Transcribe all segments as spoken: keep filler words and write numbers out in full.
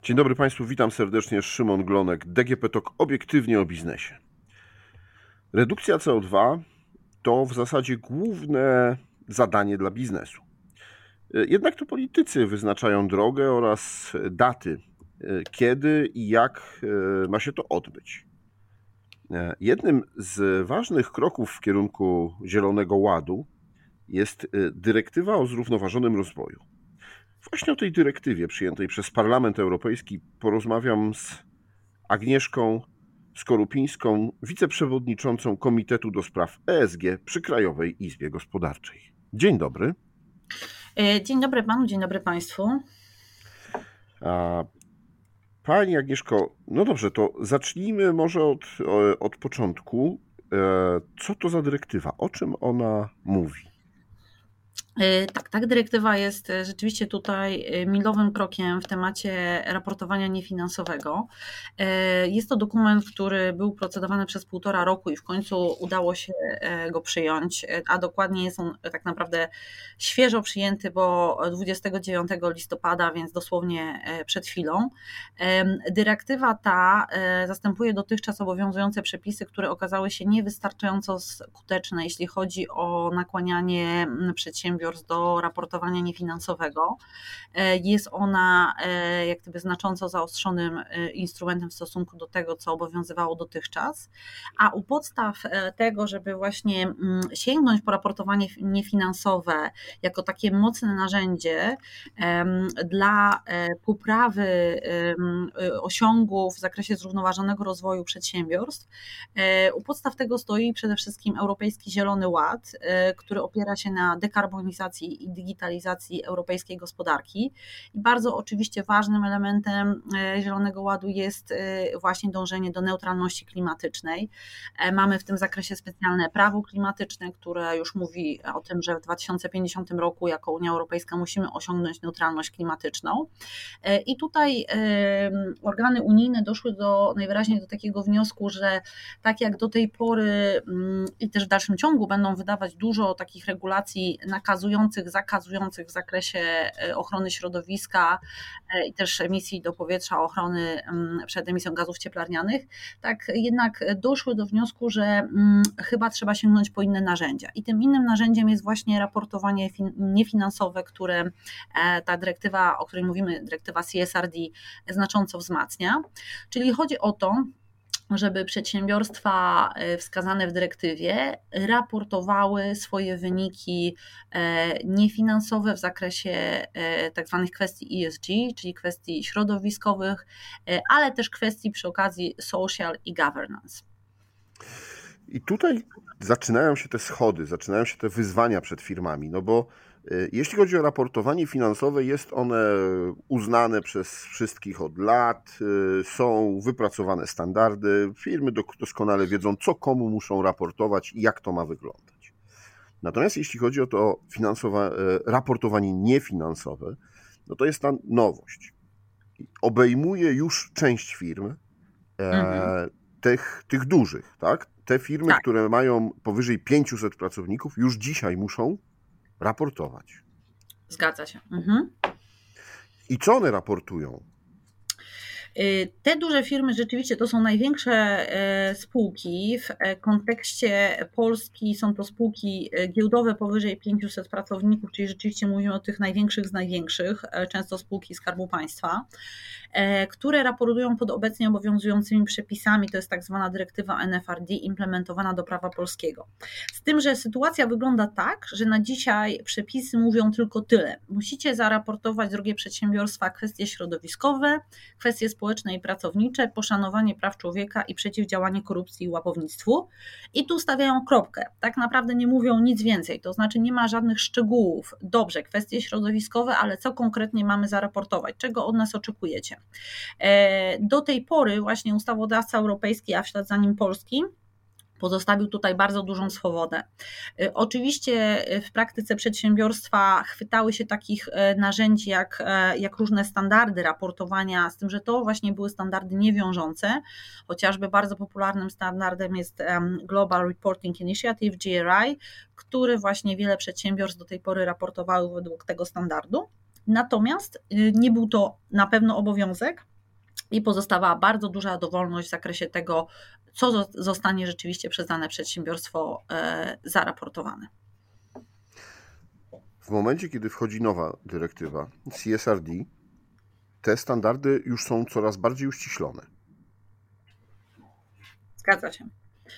Dzień dobry Państwu, witam serdecznie, Szymon Glonek, D G P Talk, obiektywnie o biznesie. Redukcja C O dwa to w zasadzie główne zadanie dla biznesu. Jednak to politycy wyznaczają drogę oraz daty, kiedy i jak ma się to odbyć. Jednym z ważnych kroków w kierunku Zielonego Ładu jest dyrektywa o zrównoważonym rozwoju. Właśnie o tej dyrektywie przyjętej przez Parlament Europejski porozmawiam z Agnieszką Skorupińską, wiceprzewodniczącą Komitetu do Spraw E S G przy Krajowej Izbie Gospodarczej. Dzień dobry. Dzień dobry Panu, dzień dobry Państwu. A Pani Agnieszko, no dobrze, to zacznijmy może od, od początku. Co to za dyrektywa? O czym ona mówi? Tak, tak, dyrektywa jest rzeczywiście tutaj milowym krokiem w temacie raportowania niefinansowego. Jest to dokument, który był procedowany przez półtora roku i w końcu udało się go przyjąć, a dokładnie jest on tak naprawdę świeżo przyjęty, bo dwudziestego dziewiątego listopada, więc dosłownie przed chwilą. Dyrektywa ta zastępuje dotychczas obowiązujące przepisy, które okazały się niewystarczająco skuteczne, jeśli chodzi o nakłanianie przedsiębiorstw do raportowania niefinansowego. Jest ona jak gdyby znacząco zaostrzonym instrumentem w stosunku do tego, co obowiązywało dotychczas, a u podstaw tego, żeby właśnie sięgnąć po raportowanie niefinansowe jako takie mocne narzędzie dla poprawy osiągów w zakresie zrównoważonego rozwoju przedsiębiorstw, u podstaw tego stoi przede wszystkim Europejski Zielony Ład, który opiera się na dekarbonizacji i digitalizacji europejskiej gospodarki. I bardzo oczywiście ważnym elementem Zielonego Ładu jest właśnie dążenie do neutralności klimatycznej. Mamy w tym zakresie specjalne prawo klimatyczne, które już mówi o tym, że w dwa tysiące pięćdziesiątym roku jako Unia Europejska musimy osiągnąć neutralność klimatyczną. I tutaj organy unijne doszły do najwyraźniej do takiego wniosku, że tak jak do tej pory i też w dalszym ciągu będą wydawać dużo takich regulacji nakazujących, zakazujących w zakresie ochrony środowiska i też emisji do powietrza, ochrony przed emisją gazów cieplarnianych, tak jednak doszły do wniosku, że chyba trzeba sięgnąć po inne narzędzia. I tym innym narzędziem jest właśnie raportowanie niefinansowe, które ta dyrektywa, o której mówimy, dyrektywa C S R D, znacząco wzmacnia. Czyli chodzi o to, żeby przedsiębiorstwa wskazane w dyrektywie raportowały swoje wyniki niefinansowe w zakresie tak zwanych kwestii E S G, czyli kwestii środowiskowych, ale też kwestii przy okazji social i governance. I tutaj zaczynają się te schody, zaczynają się te wyzwania przed firmami, no bo jeśli chodzi o raportowanie finansowe, jest one uznane przez wszystkich od lat, są wypracowane standardy, firmy doskonale wiedzą, co komu muszą raportować i jak to ma wyglądać. Natomiast jeśli chodzi o to finansowe, raportowanie niefinansowe, no to jest ta nowość. Obejmuje już część firm, mhm. tych, tych dużych, tak? Te firmy, tak. które mają powyżej pięciuset pracowników, już dzisiaj muszą raportować. Zgadza się. Mhm. I co one raportują? Te duże firmy rzeczywiście to są największe spółki. W kontekście Polski są to spółki giełdowe powyżej pięciuset pracowników, czyli rzeczywiście mówimy o tych największych z największych, często spółki Skarbu Państwa, które raportują pod obecnie obowiązującymi przepisami, to jest tak zwana dyrektywa N F R D implementowana do prawa polskiego. Z tym, że sytuacja wygląda tak, że na dzisiaj przepisy mówią tylko tyle. Musicie zaraportować, drogie przedsiębiorstwa, kwestie środowiskowe, kwestie społeczne i pracownicze, poszanowanie praw człowieka i przeciwdziałanie korupcji i łapownictwu. I tu stawiają kropkę. Tak naprawdę nie mówią nic więcej, to znaczy nie ma żadnych szczegółów. Dobrze, kwestie środowiskowe, ale co konkretnie mamy zaraportować? Czego od nas oczekujecie? Do tej pory właśnie ustawodawca europejski, a w ślad za nim polski, pozostawił tutaj bardzo dużą swobodę. Oczywiście w praktyce przedsiębiorstwa chwytały się takich narzędzi jak, jak różne standardy raportowania, z tym, że to właśnie były standardy niewiążące. Chociażby bardzo popularnym standardem jest Global Reporting Initiative, G R I, który właśnie wiele przedsiębiorstw do tej pory raportowały według tego standardu. Natomiast nie był to na pewno obowiązek, i pozostawała bardzo duża dowolność w zakresie tego, co zostanie rzeczywiście przez dane przedsiębiorstwo zaraportowane. W momencie, kiedy wchodzi nowa dyrektywa C S R D, te standardy już są coraz bardziej uściślone. Zgadza się.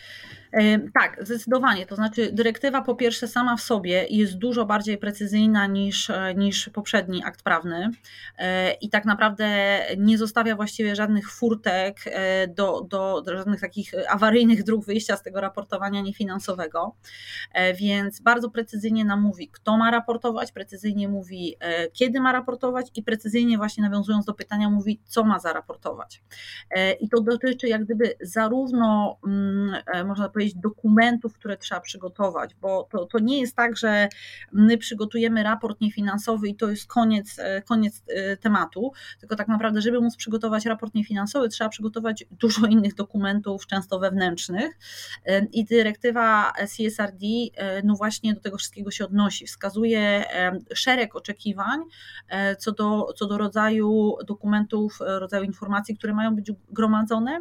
Tak, zdecydowanie. To znaczy dyrektywa po pierwsze sama w sobie jest dużo bardziej precyzyjna niż, niż poprzedni akt prawny i tak naprawdę nie zostawia właściwie żadnych furtek do, do, do żadnych takich awaryjnych dróg wyjścia z tego raportowania niefinansowego, więc bardzo precyzyjnie nam mówi, kto ma raportować, precyzyjnie mówi, kiedy ma raportować i precyzyjnie właśnie nawiązując do pytania mówi, co ma zaraportować. I to dotyczy jak gdyby zarówno, można powiedzieć, dokumentów, które trzeba przygotować, bo to, to nie jest tak, że my przygotujemy raport niefinansowy i to jest koniec, koniec tematu, tylko tak naprawdę, żeby móc przygotować raport niefinansowy, trzeba przygotować dużo innych dokumentów, często wewnętrznych i dyrektywa C S R D no właśnie do tego wszystkiego się odnosi, wskazuje szereg oczekiwań co do, co do rodzaju dokumentów, rodzaju informacji, które mają być gromadzone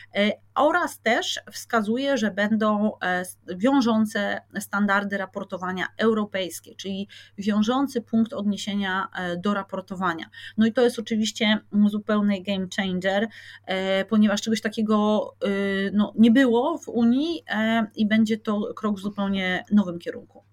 oraz też wskazuje, że będą wiążące standardy raportowania europejskie, czyli wiążący punkt odniesienia do raportowania. No i to jest oczywiście zupełny game changer, ponieważ czegoś takiego no, nie było w Unii i będzie to krok w zupełnie nowym kierunku.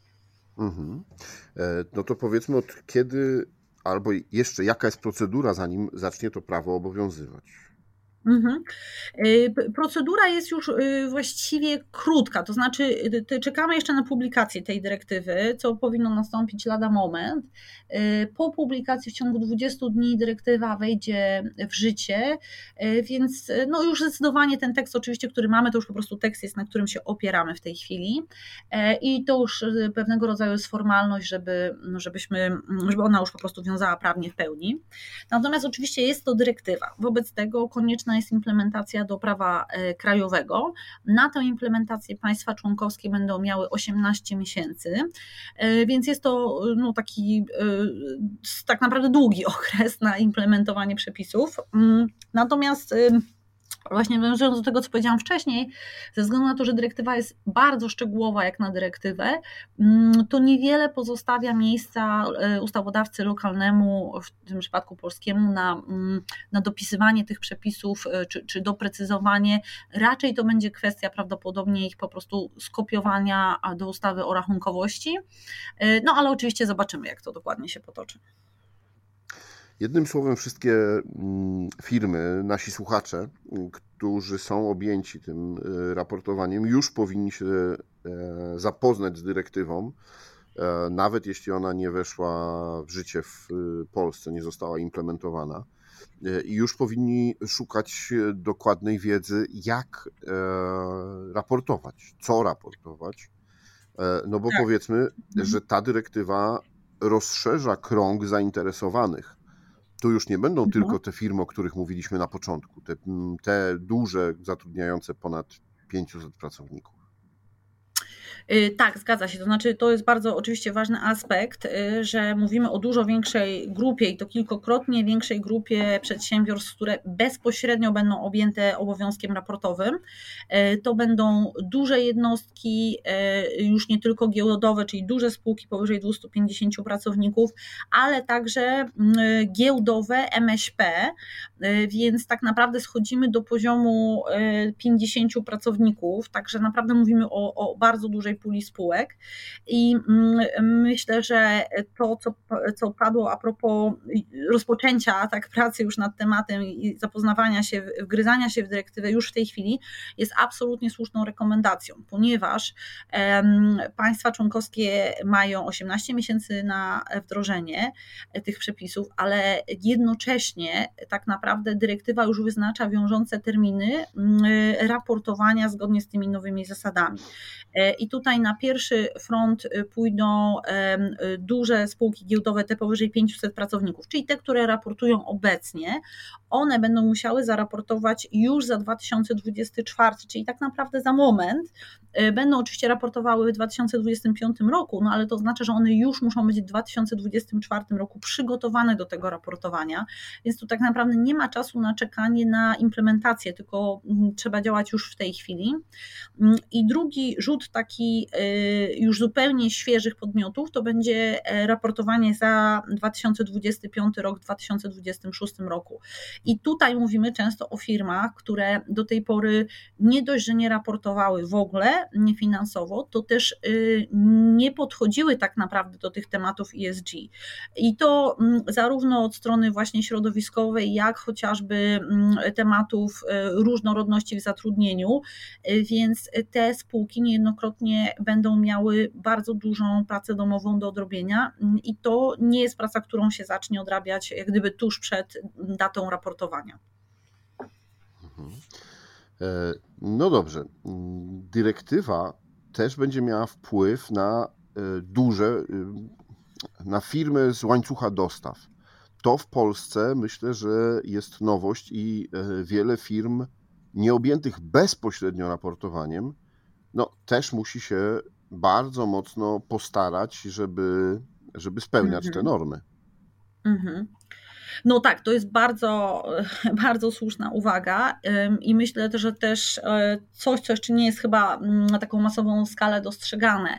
Mhm. No to powiedzmy, od kiedy albo jeszcze jaka jest procedura, zanim zacznie to prawo obowiązywać? Mhm. Procedura jest już właściwie krótka, to znaczy czekamy jeszcze na publikację tej dyrektywy, co powinno nastąpić lada moment. Po publikacji w ciągu dwudziestu dni dyrektywa wejdzie w życie, więc no już zdecydowanie ten tekst oczywiście, który mamy, to już po prostu tekst jest, na którym się opieramy w tej chwili i to już pewnego rodzaju jest formalność, żeby, żebyśmy, żeby ona już po prostu wiązała prawnie w pełni. Natomiast oczywiście jest to dyrektywa, wobec tego konieczna jest implementacja do prawa krajowego. Na tę implementację państwa członkowskie będą miały osiemnaście miesięcy, więc jest to no, taki tak naprawdę długi okres na implementowanie przepisów. Natomiast właśnie nawiązując do tego, co powiedziałam wcześniej, ze względu na to, że dyrektywa jest bardzo szczegółowa jak na dyrektywę, to niewiele pozostawia miejsca ustawodawcy lokalnemu, w tym przypadku polskiemu, na, na dopisywanie tych przepisów czy, czy doprecyzowanie. Raczej to będzie kwestia prawdopodobnie ich po prostu skopiowania do ustawy o rachunkowości. No ale oczywiście zobaczymy, jak to dokładnie się potoczy. Jednym słowem, wszystkie firmy, nasi słuchacze, którzy są objęci tym raportowaniem, już powinni się zapoznać z dyrektywą, nawet jeśli ona nie weszła w życie w Polsce, nie została implementowana. I już powinni szukać dokładnej wiedzy, jak raportować, co raportować. No bo powiedzmy, że ta dyrektywa rozszerza krąg zainteresowanych. Tu już nie będą mhm. tylko te firmy, o których mówiliśmy na początku, te, te duże, zatrudniające ponad pięciuset pracowników. Tak, zgadza się. To znaczy, to jest bardzo oczywiście ważny aspekt, że mówimy o dużo większej grupie i to kilkokrotnie większej grupie przedsiębiorstw, które bezpośrednio będą objęte obowiązkiem raportowym. To będą duże jednostki, już nie tylko giełdowe, czyli duże spółki powyżej dwieście pięćdziesiąt pracowników, ale także giełdowe M S P, więc tak naprawdę schodzimy do poziomu pięćdziesięciu pracowników, także naprawdę mówimy o, o bardzo dużej puli spółek i myślę, że to, co, co padło a propos rozpoczęcia tak pracy już nad tematem i zapoznawania się, wgryzania się w dyrektywę już w tej chwili jest absolutnie słuszną rekomendacją, ponieważ um, państwa członkowskie mają osiemnaście miesięcy na wdrożenie tych przepisów, ale jednocześnie tak naprawdę dyrektywa już wyznacza wiążące terminy raportowania zgodnie z tymi nowymi zasadami. I tutaj tutaj na pierwszy front pójdą duże spółki giełdowe, te powyżej pięciuset pracowników, czyli te, które raportują obecnie. One będą musiały zaraportować już za dwa tysiące dwudziesty czwarty, czyli tak naprawdę za moment. Będą oczywiście raportowały w dwa tysiące dwudziestym piątym roku, no ale to oznacza, że one już muszą być w dwa tysiące dwudziestym czwartym roku przygotowane do tego raportowania, więc tu tak naprawdę nie ma czasu na czekanie na implementację, tylko trzeba działać już w tej chwili. I drugi rzut taki już zupełnie świeżych podmiotów to będzie raportowanie za dwa tysiące dwudziesty piąty rok, w dwa tysiące dwudziestym szóstym roku. I tutaj mówimy często o firmach, które do tej pory nie dość, że nie raportowały w ogóle niefinansowo, to też nie podchodziły tak naprawdę do tych tematów E S G. I to zarówno od strony właśnie środowiskowej, jak chociażby tematów różnorodności w zatrudnieniu, więc te spółki niejednokrotnie będą miały bardzo dużą pracę domową do odrobienia i to nie jest praca, którą się zacznie odrabiać jak gdyby tuż przed datą raportowania. No dobrze. Dyrektywa też będzie miała wpływ na duże, na firmy z łańcucha dostaw. To w Polsce myślę, że jest nowość i wiele firm nieobjętych bezpośrednio raportowaniem, no też musi się bardzo mocno postarać, żeby, żeby spełniać Mhm. te normy. Mhm. No tak, to jest bardzo, bardzo słuszna uwaga i myślę, że też coś, co jeszcze nie jest chyba na taką masową skalę dostrzegane,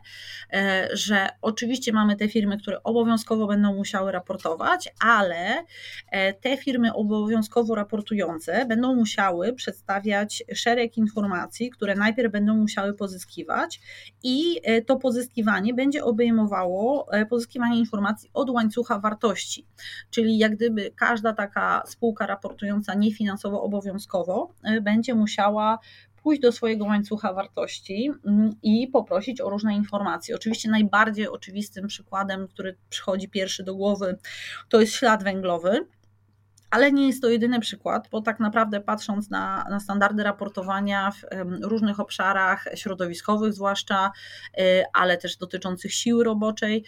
że oczywiście mamy te firmy, które obowiązkowo będą musiały raportować, ale te firmy obowiązkowo raportujące będą musiały przedstawiać szereg informacji, które najpierw będą musiały pozyskiwać i to pozyskiwanie będzie obejmowało pozyskiwanie informacji od łańcucha wartości, czyli jak gdyby każda taka spółka raportująca niefinansowo obowiązkowo będzie musiała pójść do swojego łańcucha wartości i poprosić o różne informacje. Oczywiście najbardziej oczywistym przykładem, który przychodzi pierwszy do głowy, to jest ślad węglowy. Ale nie jest to jedyny przykład, bo tak naprawdę patrząc na, na standardy raportowania w różnych obszarach środowiskowych zwłaszcza, ale też dotyczących siły roboczej,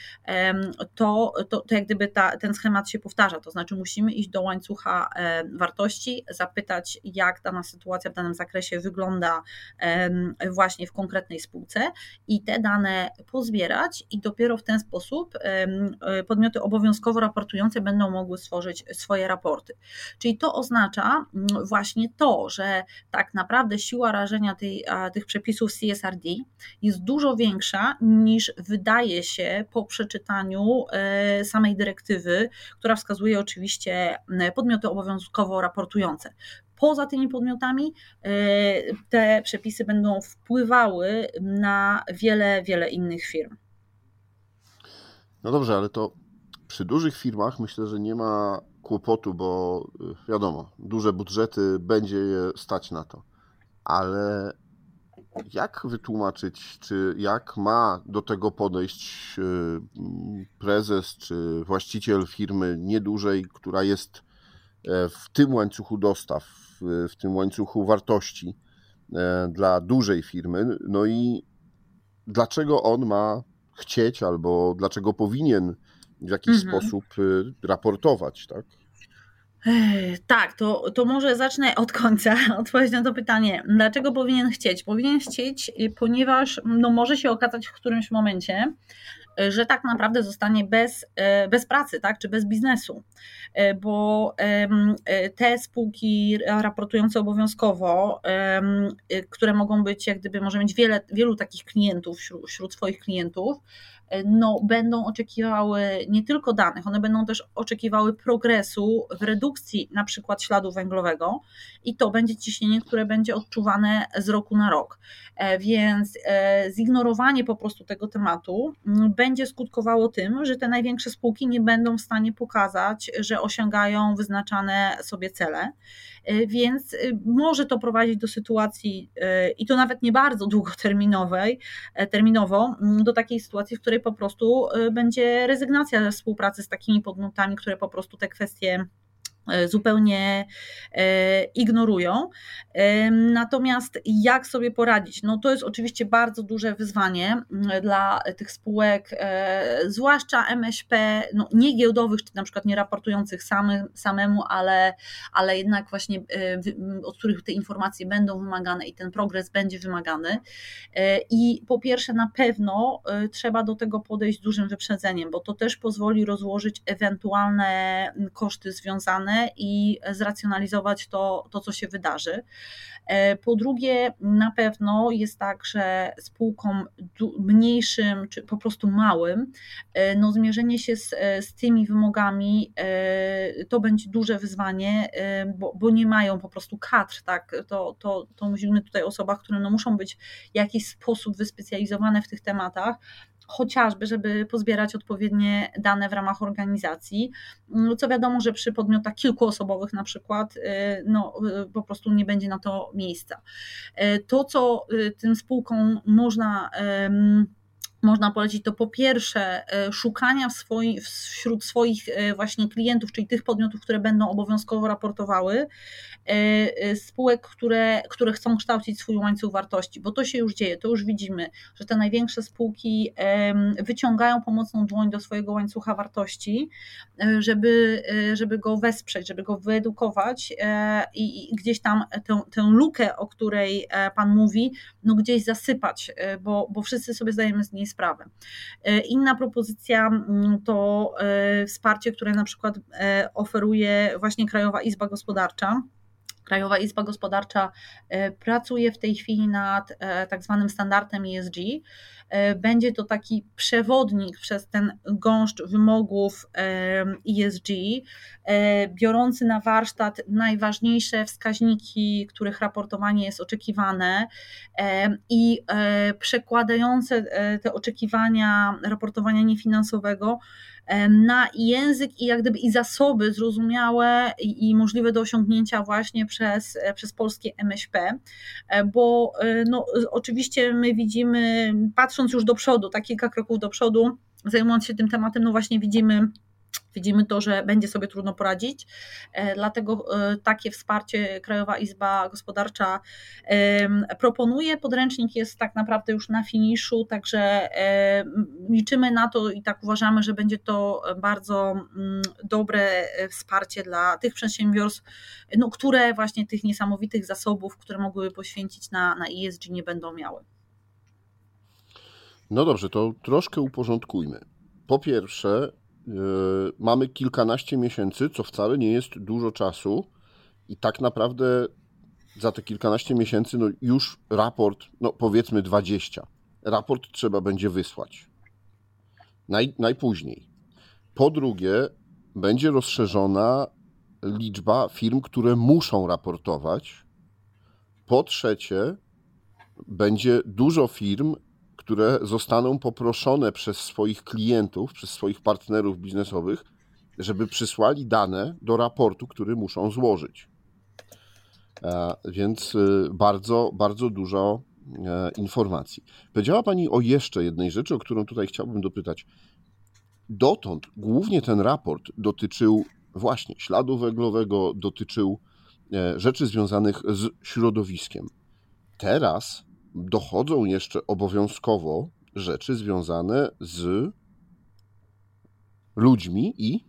to, to, to jak gdyby ta, ten schemat się powtarza, to znaczy musimy iść do łańcucha wartości, zapytać jak dana sytuacja w danym zakresie wygląda właśnie w konkretnej spółce i te dane pozbierać i dopiero w ten sposób podmioty obowiązkowo raportujące będą mogły stworzyć swoje raporty. Czyli to oznacza właśnie to, że tak naprawdę siła rażenia tej, tych przepisów C S R D jest dużo większa niż wydaje się po przeczytaniu samej dyrektywy, która wskazuje oczywiście podmioty obowiązkowo raportujące. Poza tymi podmiotami te przepisy będą wpływały na wiele, wiele innych firm. No dobrze, ale to przy dużych firmach myślę, że nie ma kłopotu, bo wiadomo, duże budżety będzie je stać na to. Ale jak wytłumaczyć, czy jak ma do tego podejść prezes czy właściciel firmy niedużej, która jest w tym łańcuchu dostaw, w tym łańcuchu wartości dla dużej firmy, no i dlaczego on ma chcieć albo dlaczego powinien w jakiś mhm. sposób raportować, tak? Tak, to, to może zacznę od końca, odpowiedź na to pytanie. Dlaczego powinien chcieć? Powinien chcieć, ponieważ no, może się okazać w którymś momencie, że tak naprawdę zostanie bez, bez pracy, tak, czy bez biznesu, bo te spółki raportujące obowiązkowo, które mogą być, jak gdyby może mieć wiele, wielu takich klientów wśród, wśród swoich klientów, no, będą oczekiwały nie tylko danych, one będą też oczekiwały progresu w redukcji na przykład śladu węglowego i to będzie ciśnienie, które będzie odczuwane z roku na rok. Więc zignorowanie po prostu tego tematu będzie skutkowało tym, że te największe spółki nie będą w stanie pokazać, że osiągają wyznaczane sobie cele, więc może to prowadzić do sytuacji i to nawet nie bardzo długoterminowej, terminowo, do takiej sytuacji, w której po prostu będzie rezygnacja ze współpracy z takimi podmiotami, które po prostu te kwestie zupełnie ignorują. Natomiast jak sobie poradzić? No to jest oczywiście bardzo duże wyzwanie dla tych spółek, zwłaszcza M S P, no nie giełdowych, czy na przykład nie raportujących samy, samemu, ale, ale jednak właśnie od których te informacje będą wymagane i ten progres będzie wymagany. I po pierwsze na pewno trzeba do tego podejść z dużym wyprzedzeniem, bo to też pozwoli rozłożyć ewentualne koszty związane i zracjonalizować to, to, co się wydarzy. Po drugie, na pewno jest tak, że spółkom mniejszym czy po prostu małym, no zmierzenie się z, z tymi wymogami to będzie duże wyzwanie, bo, bo nie mają po prostu kadr, tak? To, to, to mówimy tutaj o osobach, które no muszą być w jakiś sposób wyspecjalizowane w tych tematach, chociażby, żeby pozbierać odpowiednie dane w ramach organizacji, co wiadomo, że przy podmiotach kilkuosobowych na przykład no, po prostu nie będzie na to miejsca. To, co tym spółkom można można polecić, to po pierwsze szukania w swoi, wśród swoich właśnie klientów, czyli tych podmiotów, które będą obowiązkowo raportowały, spółek, które, które chcą kształcić swój łańcuch wartości, bo to się już dzieje, to już widzimy, że te największe spółki wyciągają pomocną dłoń do swojego łańcucha wartości, żeby, żeby go wesprzeć, żeby go wyedukować i, i gdzieś tam tę, tę lukę, o której Pan mówi, no gdzieś zasypać, bo, bo wszyscy sobie zdajemy z niej sprawę. Inna propozycja to wsparcie, które na przykład oferuje właśnie Krajowa Izba Gospodarcza. Krajowa Izba Gospodarcza pracuje w tej chwili nad tak zwanym standardem E S G. Będzie to taki przewodnik przez ten gąszcz wymogów E S G, biorący na warsztat najważniejsze wskaźniki, których raportowanie jest oczekiwane i przekładające te oczekiwania raportowania niefinansowego na język i jak gdyby i zasoby zrozumiałe i, i możliwe do osiągnięcia właśnie przez, przez polskie M S P, bo no, oczywiście my widzimy, patrząc już do przodu, tak kilka kroków do przodu, zajmując się tym tematem, no właśnie widzimy Widzimy to, że będzie sobie trudno poradzić, dlatego takie wsparcie Krajowa Izba Gospodarcza proponuje. Podręcznik jest tak naprawdę już na finiszu, także liczymy na to i tak uważamy, że będzie to bardzo dobre wsparcie dla tych przedsiębiorstw, no, które właśnie tych niesamowitych zasobów, które mogłyby poświęcić na, na E S G, nie będą miały. No dobrze, to troszkę uporządkujmy. Po pierwsze, Yy, mamy kilkanaście miesięcy, co wcale nie jest dużo czasu i tak naprawdę za te kilkanaście miesięcy no już raport, no powiedzmy dwadzieścia, raport trzeba będzie wysłać. Naj, najpóźniej. Po drugie, będzie rozszerzona liczba firm, które muszą raportować. Po trzecie, będzie dużo firm, które zostaną poproszone przez swoich klientów, przez swoich partnerów biznesowych, żeby przysłali dane do raportu, który muszą złożyć. Więc bardzo, bardzo dużo informacji. Powiedziała Pani o jeszcze jednej rzeczy, o którą tutaj chciałbym dopytać. Dotąd głównie ten raport dotyczył właśnie śladu węglowego, dotyczył rzeczy związanych z środowiskiem. Teraz dochodzą jeszcze obowiązkowo rzeczy związane z ludźmi i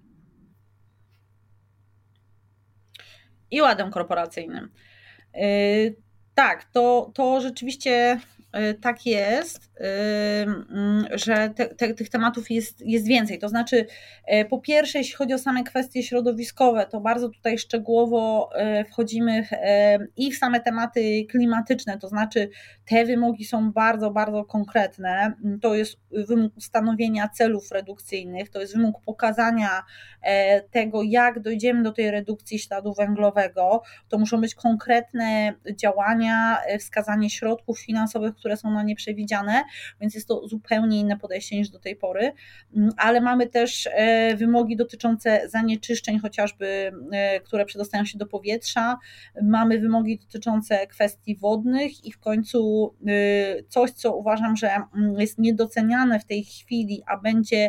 i ładem korporacyjnym. Yy, tak, to, to rzeczywiście tak jest, że te, te, tych tematów jest, jest więcej. To znaczy, po pierwsze, jeśli chodzi o same kwestie środowiskowe, to bardzo tutaj szczegółowo wchodzimy w, i w same tematy klimatyczne, to znaczy te wymogi są bardzo, bardzo konkretne. To jest wymóg ustanowienia celów redukcyjnych, to jest wymóg pokazania tego, jak dojdziemy do tej redukcji śladu węglowego. To muszą być konkretne działania, wskazanie środków finansowych, które są na nie przewidziane, więc jest to zupełnie inne podejście niż do tej pory, ale mamy też wymogi dotyczące zanieczyszczeń chociażby, które przedostają się do powietrza, mamy wymogi dotyczące kwestii wodnych i w końcu coś, co uważam, że jest niedoceniane w tej chwili, a będzie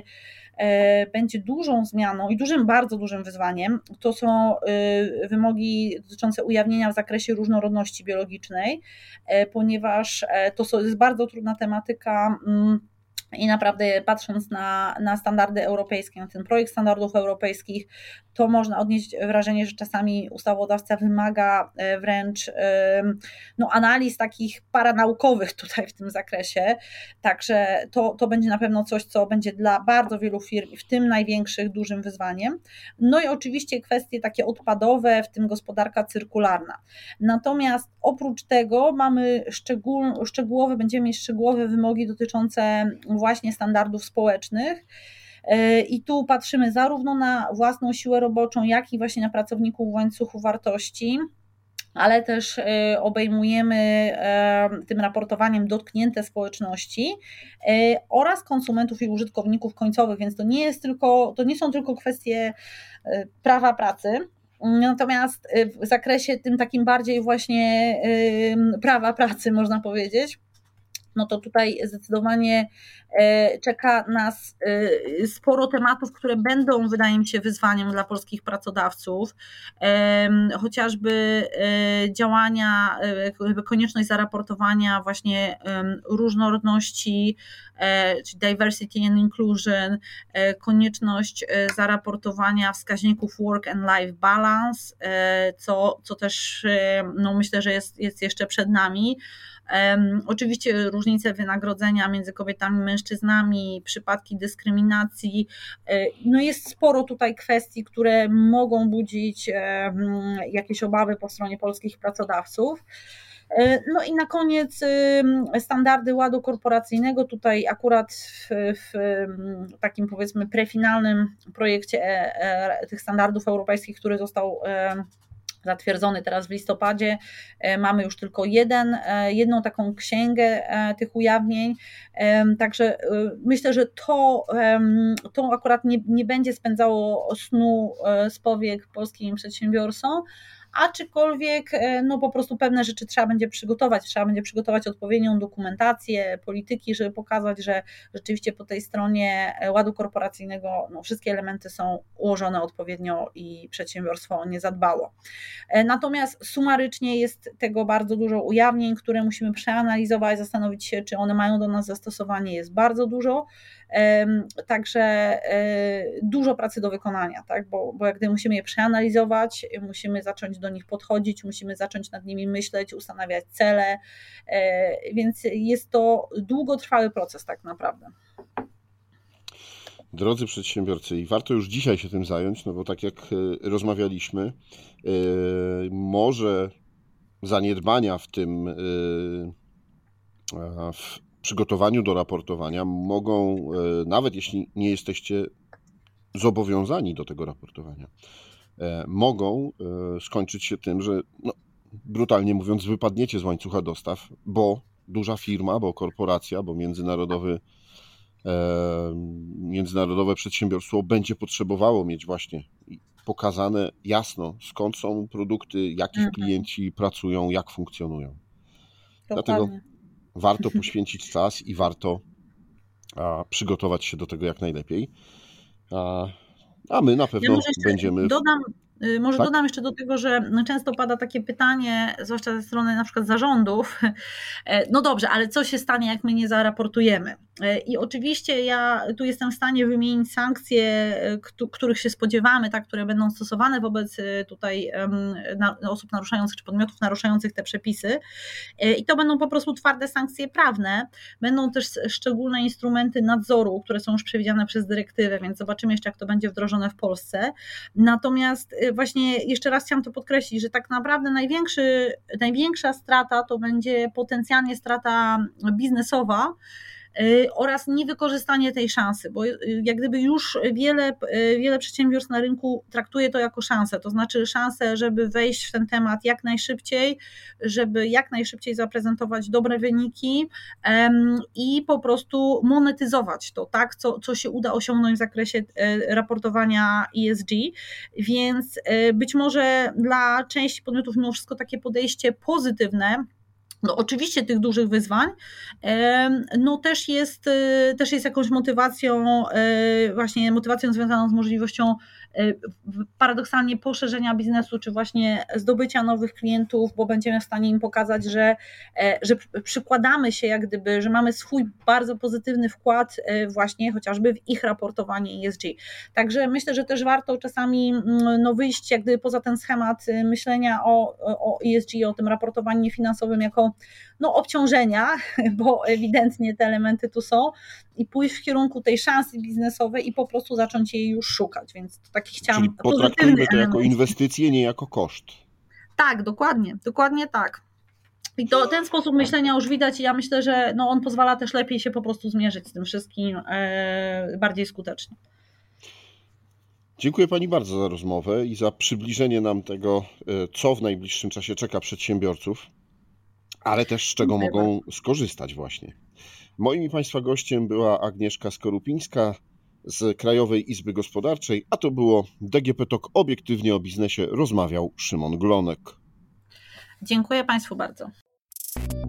będzie dużą zmianą i dużym, bardzo dużym wyzwaniem. To są wymogi dotyczące ujawnienia w zakresie różnorodności biologicznej, ponieważ to jest bardzo trudna tematyka. I naprawdę patrząc na, na standardy europejskie, na ten projekt standardów europejskich, to można odnieść wrażenie, że czasami ustawodawca wymaga wręcz no, analiz takich paranaukowych tutaj w tym zakresie, także to, to będzie na pewno coś, co będzie dla bardzo wielu firm, w tym największych, dużym wyzwaniem. No i oczywiście kwestie takie odpadowe, w tym gospodarka cyrkularna. Natomiast oprócz tego mamy szczegół, szczegółowe, będziemy mieć szczegółowe wymogi dotyczące właśnie standardów społecznych. I tu patrzymy zarówno na własną siłę roboczą, jak i właśnie na pracowników w łańcuchu wartości, ale też obejmujemy tym raportowaniem dotknięte społeczności oraz konsumentów i użytkowników końcowych, więc to nie jest tylko, to nie są tylko kwestie prawa pracy. Natomiast w zakresie tym takim bardziej właśnie prawa pracy, można powiedzieć, no to tutaj zdecydowanie czeka nas sporo tematów, które będą, wydaje mi się, wyzwaniem dla polskich pracodawców, chociażby działania, konieczność zaraportowania właśnie różnorodności, czyli diversity and inclusion, konieczność zaraportowania wskaźników work and life balance, co, co też no myślę, że jest, jest jeszcze przed nami. Um, oczywiście różnice wynagrodzenia między kobietami i mężczyznami, przypadki dyskryminacji, no jest sporo tutaj kwestii, które mogą budzić um, jakieś obawy po stronie polskich pracodawców. No i na koniec standardy ładu korporacyjnego, tutaj akurat w, w takim powiedzmy prefinalnym projekcie tych standardów europejskich, który został zatwierdzony teraz w listopadzie, mamy już tylko jeden, jedną taką księgę tych ujawnień, także myślę, że to, to akurat nie, nie będzie spędzało snu z powiek polskim przedsiębiorcom, aczkolwiek no po prostu pewne rzeczy trzeba będzie przygotować, trzeba będzie przygotować odpowiednią dokumentację, polityki, żeby pokazać, że rzeczywiście po tej stronie ładu korporacyjnego no wszystkie elementy są ułożone odpowiednio i przedsiębiorstwo o nie zadbało. Natomiast sumarycznie jest tego bardzo dużo ujawnień, które musimy przeanalizować, zastanowić się, czy one mają do nas zastosowanie, jest bardzo dużo. Także dużo pracy do wykonania, tak? bo, bo jak gdyby musimy je przeanalizować, musimy zacząć do nich podchodzić, musimy zacząć nad nimi myśleć, ustanawiać cele, więc jest to długotrwały proces tak naprawdę. Drodzy przedsiębiorcy, i warto już dzisiaj się tym zająć, no bo tak jak rozmawialiśmy, może zaniedbania w tym w przygotowaniu do raportowania mogą, nawet jeśli nie jesteście zobowiązani do tego raportowania, mogą skończyć się tym, że no, brutalnie mówiąc wypadniecie z łańcucha dostaw, bo duża firma, bo korporacja, bo międzynarodowy, międzynarodowe przedsiębiorstwo będzie potrzebowało mieć właśnie pokazane jasno, skąd są produkty, jakich mhm. klienci pracują, jak funkcjonują. Dokładnie. Dlatego warto poświęcić czas i warto a, przygotować się do tego jak najlepiej. A, a my na pewno ja będziemy... Dodam, może tak? dodam jeszcze do tego, że często pada takie pytanie, zwłaszcza ze strony na przykład zarządów, no dobrze, ale co się stanie, jak my nie zaraportujemy? I oczywiście ja tu jestem w stanie wymienić sankcje, których się spodziewamy, tak, które będą stosowane wobec tutaj osób naruszających czy podmiotów naruszających te przepisy. I to będą po prostu twarde sankcje prawne. Będą też szczególne instrumenty nadzoru, które są już przewidziane przez dyrektywę, więc zobaczymy jeszcze, jak to będzie wdrożone w Polsce. Natomiast właśnie jeszcze raz chciałam to podkreślić, że tak naprawdę największy, największa strata to będzie potencjalnie strata biznesowa, oraz niewykorzystanie tej szansy, bo jak gdyby już wiele, wiele przedsiębiorstw na rynku traktuje to jako szansę, to znaczy szansę, żeby wejść w ten temat jak najszybciej, żeby jak najszybciej zaprezentować dobre wyniki i po prostu monetyzować to, tak, co, co się uda osiągnąć w zakresie raportowania E S G, więc być może dla części podmiotów mimo wszystko takie podejście pozytywne No oczywiście tych dużych wyzwań, no też jest, też jest jakąś motywacją, właśnie motywacją związaną z możliwością paradoksalnie poszerzenia biznesu, czy właśnie zdobycia nowych klientów, bo będziemy w stanie im pokazać, że, że przykładamy się jak gdyby, że mamy swój bardzo pozytywny wkład właśnie chociażby w ich raportowanie E S G. Także myślę, że też warto czasami no, wyjść jak gdyby poza ten schemat myślenia o, o E S G, o tym raportowaniu niefinansowym jako no, obciążenia, bo ewidentnie te elementy tu są, i pójść w kierunku tej szansy biznesowej i po prostu zacząć jej już szukać, więc to taki chciałam Czyli potraktujmy to jako inwestycję, nie jako koszt. Tak, dokładnie, dokładnie tak. I to ten sposób myślenia już widać i ja myślę, że no, on pozwala też lepiej się po prostu zmierzyć z tym wszystkim, e, bardziej skutecznie. Dziękuję Pani bardzo za rozmowę i za przybliżenie nam tego, co w najbliższym czasie czeka przedsiębiorców, ale też z czego Dziękuję mogą bardzo. skorzystać właśnie. Moim i Państwa gościem była Agnieszka Skorupińska z Krajowej Izby Gospodarczej, a to było D G P Talk obiektywnie o biznesie, rozmawiał Szymon Glonek. Dziękuję Państwu bardzo.